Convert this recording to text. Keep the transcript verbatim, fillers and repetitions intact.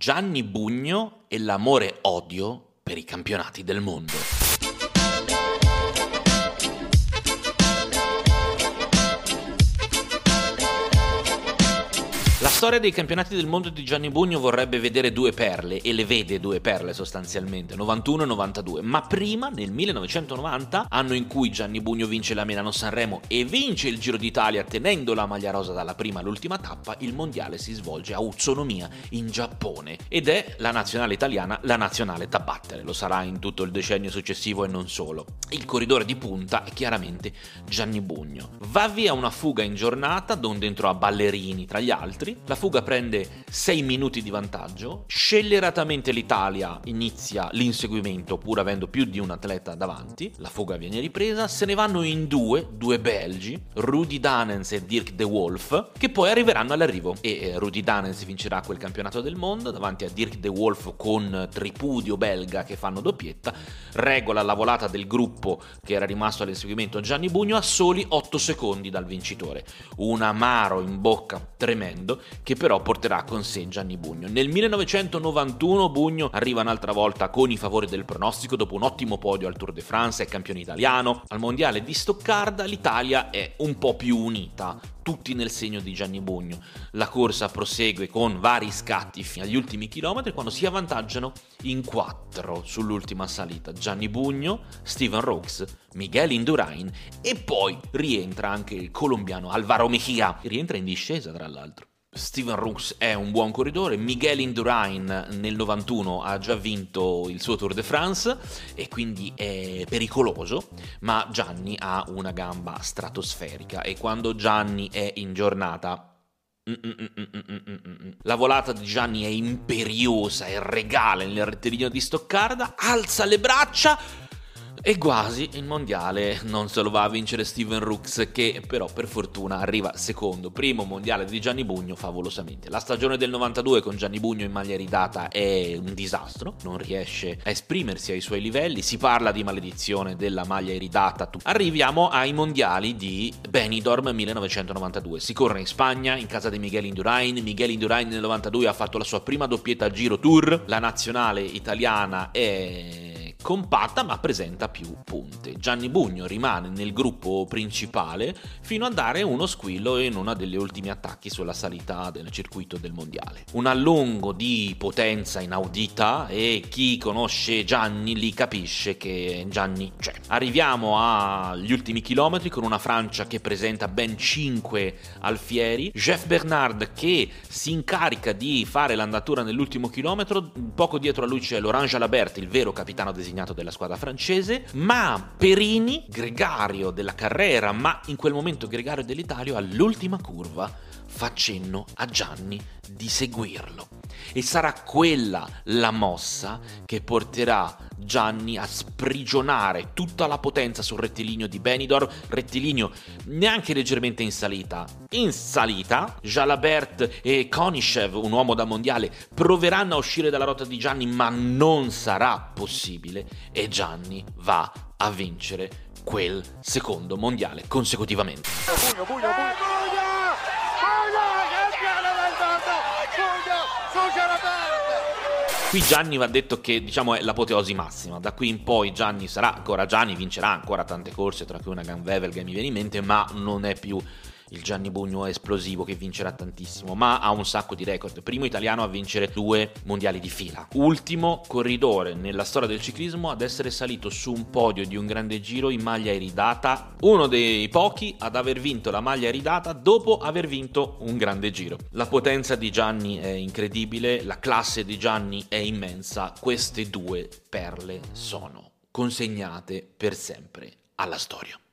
Gianni Bugno e l'amore-odio per i campionati del mondo. La storia dei campionati del mondo di Gianni Bugno vorrebbe vedere due perle, e le vede due perle sostanzialmente, novantuno e novantadue, ma prima, nel millenovecentonovanta, anno in cui Gianni Bugno vince la Milano-Sanremo e vince il Giro d'Italia tenendo la maglia rosa dalla prima all'ultima tappa, il mondiale si svolge a Utsunomiya, in Giappone, ed è la nazionale italiana la nazionale da battere, lo sarà in tutto il decennio successivo e non solo. Il corridore di punta è chiaramente Gianni Bugno. Va via una fuga in giornata, donde entrò a Ballerini tra gli altri. La fuga prende sei minuti di vantaggio, scelleratamente l'Italia inizia l'inseguimento pur avendo più di un atleta davanti, la fuga viene ripresa, se ne vanno in due, due belgi, Rudy Dahnens e Dirk de Wolf, che poi arriveranno all'arrivo e Rudy Dahnens vincerà quel campionato del mondo davanti a Dirk de Wolf con tripudio belga che fanno doppietta, regola la volata del gruppo che era rimasto all'inseguimento Gianni Bugno a soli otto secondi dal vincitore, un amaro in bocca tremendo che però porterà con sé Gianni Bugno. Nel millenovecentonovantuno Bugno arriva un'altra volta con i favori del pronostico dopo un ottimo podio al Tour de France, è campione italiano. Al mondiale di Stoccarda l'Italia è un po' più unita, tutti nel segno di Gianni Bugno. La corsa prosegue con vari scatti fino agli ultimi chilometri quando si avvantaggiano in quattro sull'ultima salita. Gianni Bugno, Steven Roux, Miguel Indurain e poi rientra anche il colombiano Alvaro Mejia, rientra in discesa tra l'altro. Steven Roux è un buon corridore, Miguel Indurain nel novantuno ha già vinto il suo Tour de France e quindi è pericoloso, ma Gianni ha una gamba stratosferica e quando Gianni è in giornata la volata di Gianni è imperiosa e regala nel rettilineo di Stoccarda, alza le braccia e quasi il mondiale non se lo va a vincere Steven Roux, che però per fortuna arriva secondo. Primo mondiale di Gianni Bugno favolosamente. La stagione del novantadue con Gianni Bugno in maglia ridata è un disastro, non riesce a esprimersi ai suoi livelli, si parla di maledizione della maglia iridata. Arriviamo ai mondiali di Benidorm millenovecentonovantadue. Si corre in Spagna, in casa di Miguel Indurain. Miguel Indurain nel novantadue ha fatto la sua prima doppietta a Giro Tour. La nazionale italiana è compatta ma presenta più punte. Gianni Bugno rimane nel gruppo principale fino a dare uno squillo in uno degli ultimi attacchi sulla salita del circuito del mondiale. Un allungo di potenza inaudita e chi conosce Gianni lì capisce che Gianni c'è. Arriviamo agli ultimi chilometri con una Francia che presenta ben cinque alfieri, Jeff Bernard che si incarica di fare l'andatura nell'ultimo chilometro, poco dietro a lui c'è Laurent Jalabert, il vero capitano designato della squadra francese, ma Perini, gregario della carriera, ma in quel momento gregario dell'Italia, all'ultima curva fa cenno a Gianni di seguirlo. E sarà quella la mossa che porterà Gianni a sprigionare tutta la potenza sul rettilineo di Benidorm, rettilineo neanche leggermente in salita. In salita, Jalabert e Konishev, un uomo da mondiale, proveranno a uscire dalla rotta di Gianni, ma non sarà possibile e Gianni va a vincere quel secondo mondiale consecutivamente. Bugno, Bugno, Bugno, Bugno, campione del mondo, Bugno, su Jalabert. Qui Gianni va detto che diciamo è l'apoteosi massima, da qui in poi Gianni sarà ancora Gianni, vincerà ancora tante corse, tra cui una Ganvevel che mi viene in mente, ma non è più il Gianni Bugno esplosivo che vincerà tantissimo, ma ha un sacco di record. Primo italiano a vincere due mondiali di fila, ultimo corridore nella storia del ciclismo ad essere salito su un podio di un grande giro in maglia iridata, uno dei pochi ad aver vinto la maglia iridata dopo aver vinto un grande giro. La potenza di Gianni è incredibile, la classe di Gianni è immensa, queste due perle sono consegnate per sempre alla storia.